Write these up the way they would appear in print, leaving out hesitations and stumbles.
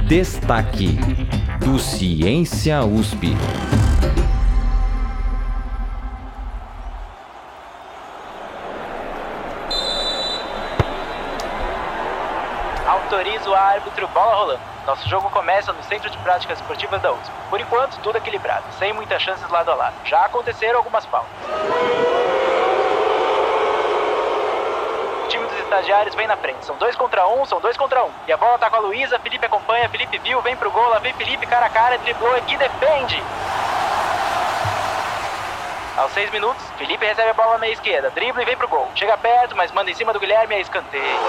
Destaque do Ciência USP. Autoriza o árbitro, bola rolando. Nosso jogo começa no Centro de Práticas Esportivas da USP. Por enquanto, tudo equilibrado, sem muitas chances lado a lado. Já aconteceram algumas faltas. O time dos estagiários vem na frente. São 2 contra 1. E a bola tá com a Luísa, Felipe acompanha, Felipe viu, vem pro gol, lá vem Felipe, cara a cara, driblou, Gui defende. Aos 6 minutos, Felipe recebe a bola na meia esquerda, dribla e vem pro gol. Chega perto, mas manda em cima do Guilherme e é escanteio.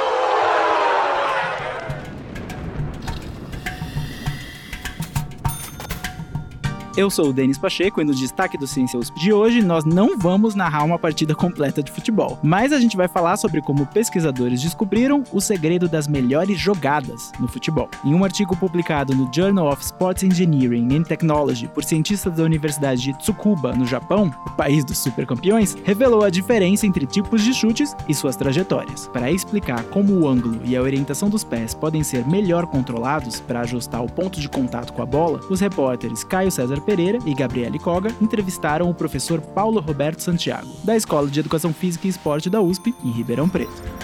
Eu sou o Denis Pacheco e no Destaque do Ciência USP de hoje nós não vamos narrar uma partida completa de futebol, mas a gente vai falar sobre como pesquisadores descobriram o segredo das melhores jogadas no futebol. Em um artigo publicado no Journal of Sports Engineering and Technology por cientistas da Universidade de Tsukuba, no Japão, o país dos supercampeões, revelou a diferença entre tipos de chutes e suas trajetórias. Para explicar como o ângulo e a orientação dos pés podem ser melhor controlados para ajustar o ponto de contato com a bola, os repórteres Caio César Pereira e Gabriele Koga entrevistaram o professor Paulo Roberto Santiago, da Escola de Educação Física e Esporte da USP, em Ribeirão Preto.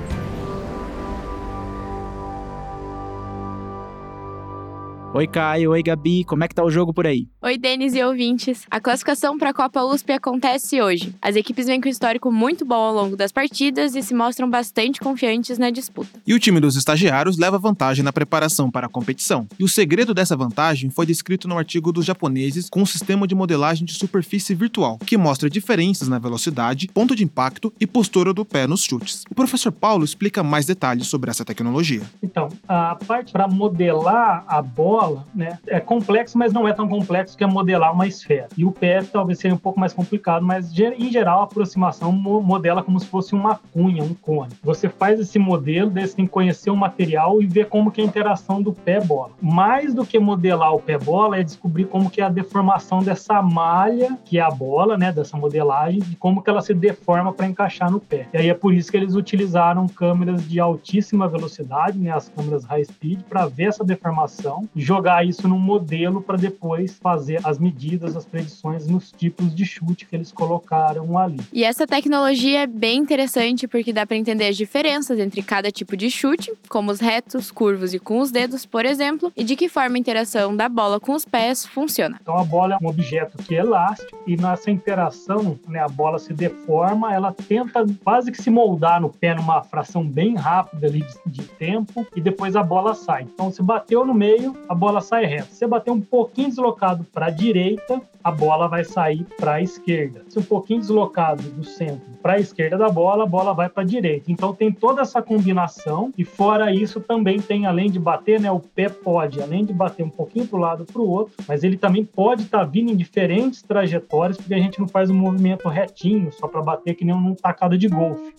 Oi Caio, oi Gabi, como é que tá o jogo por aí? Oi Denis e ouvintes, a classificação para a Copa USP acontece hoje. As equipes vêm com um histórico muito bom ao longo das partidas e se mostram bastante confiantes na disputa. E o time dos estagiários leva vantagem na preparação para a competição. E o segredo dessa vantagem foi descrito no artigo dos japoneses com um sistema de modelagem de superfície virtual, que mostra diferenças na velocidade, ponto de impacto e postura do pé nos chutes. O professor Paulo explica mais detalhes sobre essa tecnologia. Então, a parte para modelar a bola, né, é complexo, mas não é tão complexo que é modelar uma esfera. E o pé talvez seja um pouco mais complicado, mas em geral a aproximação modela como se fosse uma cunha, um cone. Você faz esse modelo, daí você tem que conhecer o material e ver como que é a interação do pé-bola. Mais do que modelar o pé-bola é descobrir como que é a deformação dessa malha, que é a bola, né, dessa modelagem, e como que ela se deforma para encaixar no pé. E aí é por isso que eles utilizaram câmeras de altíssima velocidade, né, as câmeras high speed, para ver essa deformação e jogar isso num modelo para depois fazer as medidas, as predições nos tipos de chute que eles colocaram ali. E essa tecnologia é bem interessante porque dá para entender as diferenças entre cada tipo de chute, como os retos, curvos e com os dedos, por exemplo, e de que forma a interação da bola com os pés funciona. Então a bola é um objeto que é elástico e nessa interação, né, a bola se deforma, ela tenta quase que se moldar no pé numa fração bem rápida ali de tempo e depois a bola sai. Então se bateu no meio, a bola sai reta. Se você bater um pouquinho deslocado para a direita, a bola vai sair para a esquerda. Se um pouquinho deslocado do centro para a esquerda da bola, a bola vai para a direita. Então tem toda essa combinação e fora isso também tem, além de bater, né, o pé pode, além de bater um pouquinho para o lado para o outro, mas ele também pode estar vindo em diferentes trajetórias, porque a gente não faz um movimento retinho só para bater que nem um tacada de golfe.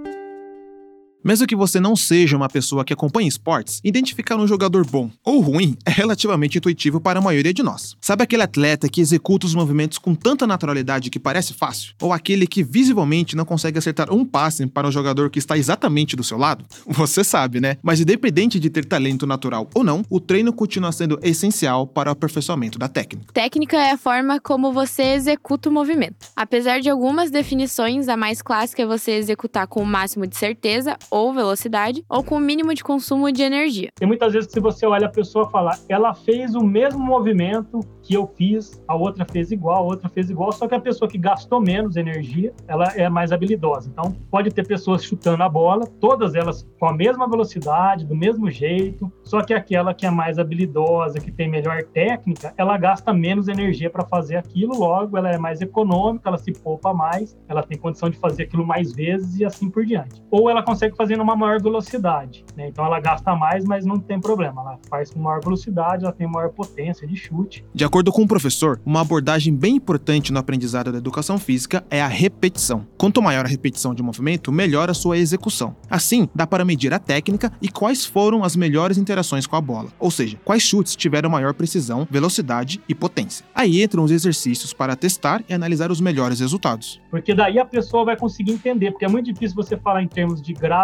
Mesmo que você não seja uma pessoa que acompanha esportes, identificar um jogador bom ou ruim é relativamente intuitivo para a maioria de nós. Sabe aquele atleta que executa os movimentos com tanta naturalidade que parece fácil? Ou aquele que visivelmente não consegue acertar um passe para um jogador que está exatamente do seu lado? Você sabe, né? Mas independente de ter talento natural ou não, o treino continua sendo essencial para o aperfeiçoamento da técnica. Técnica é a forma como você executa o movimento. Apesar de algumas definições, a mais clássica é você executar com o máximo de certeza ou velocidade, ou com o mínimo de consumo de energia. E muitas vezes, se você olha a pessoa falar, ela fez o mesmo movimento que eu fiz, a outra fez igual, só que a pessoa que gastou menos energia, ela é mais habilidosa. Então, pode ter pessoas chutando a bola, todas elas com a mesma velocidade, do mesmo jeito, só que aquela que é mais habilidosa, que tem melhor técnica, ela gasta menos energia para fazer aquilo, logo ela é mais econômica, ela se poupa mais, ela tem condição de fazer aquilo mais vezes e assim por diante. Ou ela consegue fazer numa maior velocidade, né? Então ela gasta mais, mas não tem problema, ela faz com maior velocidade, ela tem maior potência de chute. De acordo com o professor, uma abordagem bem importante no aprendizado da educação física é a repetição. Quanto maior a repetição de um movimento, melhor a sua execução. Assim, dá para medir a técnica e quais foram as melhores interações com a bola, ou seja, quais chutes tiveram maior precisão, velocidade e potência. Aí entram os exercícios para testar e analisar os melhores resultados. Porque daí a pessoa vai conseguir entender, porque é muito difícil você falar em termos de grau,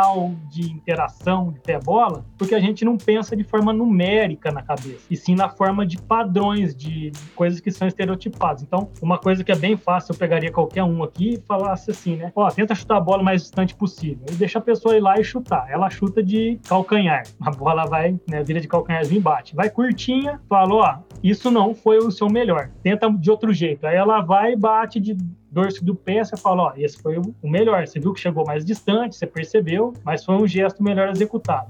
legal de interação de pé-bola, porque a gente não pensa de forma numérica na cabeça, e sim na forma de padrões, de coisas que são estereotipadas. Então, uma coisa que é bem fácil, eu pegaria qualquer um aqui e falasse assim, né? Tenta chutar a bola o mais distante possível. E deixa a pessoa ir lá e chutar. Ela chuta de calcanhar. A bola vai, né, vira de calcanharzinho e bate. Vai curtinha, fala, isso não foi o seu melhor. Tenta de outro jeito. Aí ela vai e bate de dorso do pé, você fala, esse foi o melhor. Você viu que chegou mais distante, você percebeu, mas foi um gesto melhor executado.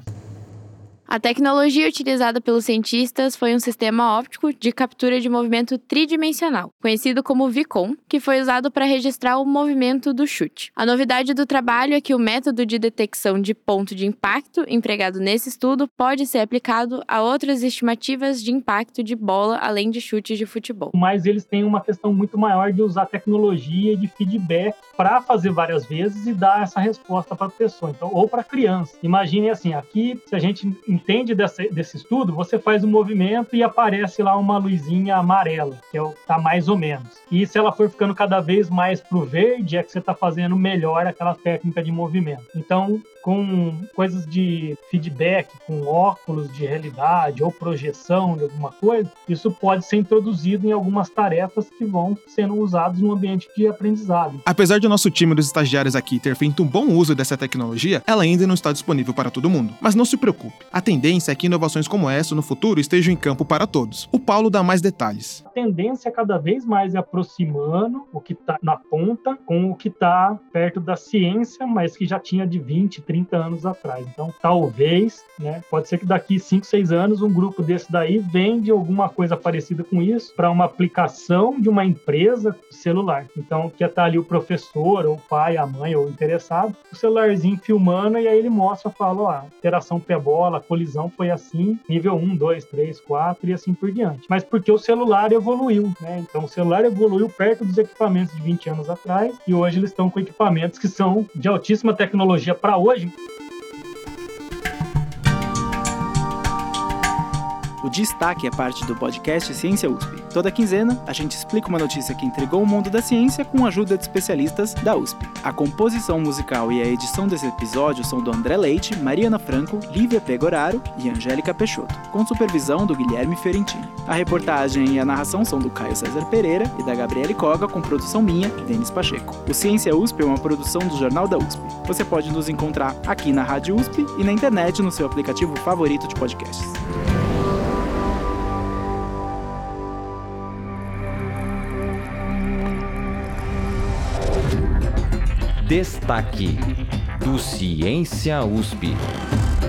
A tecnologia utilizada pelos cientistas foi um sistema óptico de captura de movimento tridimensional, conhecido como VCOM, que foi usado para registrar o movimento do chute. A novidade do trabalho é que o método de detecção de ponto de impacto empregado nesse estudo pode ser aplicado a outras estimativas de impacto de bola além de chutes de futebol. Mas eles têm uma questão muito maior de usar tecnologia de feedback para fazer várias vezes e dar essa resposta para a pessoa, então, ou para a criança. Imagine assim, aqui, se a gente entende desse estudo, você faz um movimento e aparece lá uma luzinha amarela, que tá mais ou menos. E se ela for ficando cada vez mais pro verde, é que você está fazendo melhor aquela técnica de movimento. Então, com coisas de feedback, com óculos de realidade ou projeção de alguma coisa, isso pode ser introduzido em algumas tarefas que vão sendo usadas no ambiente de aprendizado. Apesar de nosso time dos estagiários aqui ter feito um bom uso dessa tecnologia, ela ainda não está disponível para todo mundo. Mas não se preocupe, a tendência é que inovações como essa no futuro estejam em campo para todos. O Paulo dá mais detalhes. A tendência é cada vez mais aproximando o que está na ponta com o que está perto da ciência, mas que já tinha de 20, 30 anos atrás. Então, talvez, né, pode ser que daqui 5, 6 anos um grupo desse daí vende alguma coisa parecida com isso para uma aplicação de uma empresa celular. Então, que tá ali o professor, ou o pai, a mãe, ou o interessado, o celularzinho filmando, e aí ele mostra, fala, interação pé-bola, colisão foi assim, nível 1, 2, 3, 4 e assim por diante. Mas porque o celular evoluiu, né? Então, o celular evoluiu perto dos equipamentos de 20 anos atrás, e hoje eles estão com equipamentos que são de altíssima tecnologia para hoje. O Destaque é parte do podcast Ciência USP. Toda quinzena, a gente explica uma notícia que intrigou o mundo da ciência com a ajuda de especialistas da USP. A composição musical e a edição desse episódio são do André Leite, Mariana Franco, Lívia Pegoraro e Angélica Peixoto, com supervisão do Guilherme Fiorentini. A reportagem e a narração são do Caio César Pereira e da Gabriele Koga, com produção minha, Denis Pacheco. O Ciência USP é uma produção do Jornal da USP. Você pode nos encontrar aqui na Rádio USP e na internet no seu aplicativo favorito de podcasts. Destaque do Ciência USP.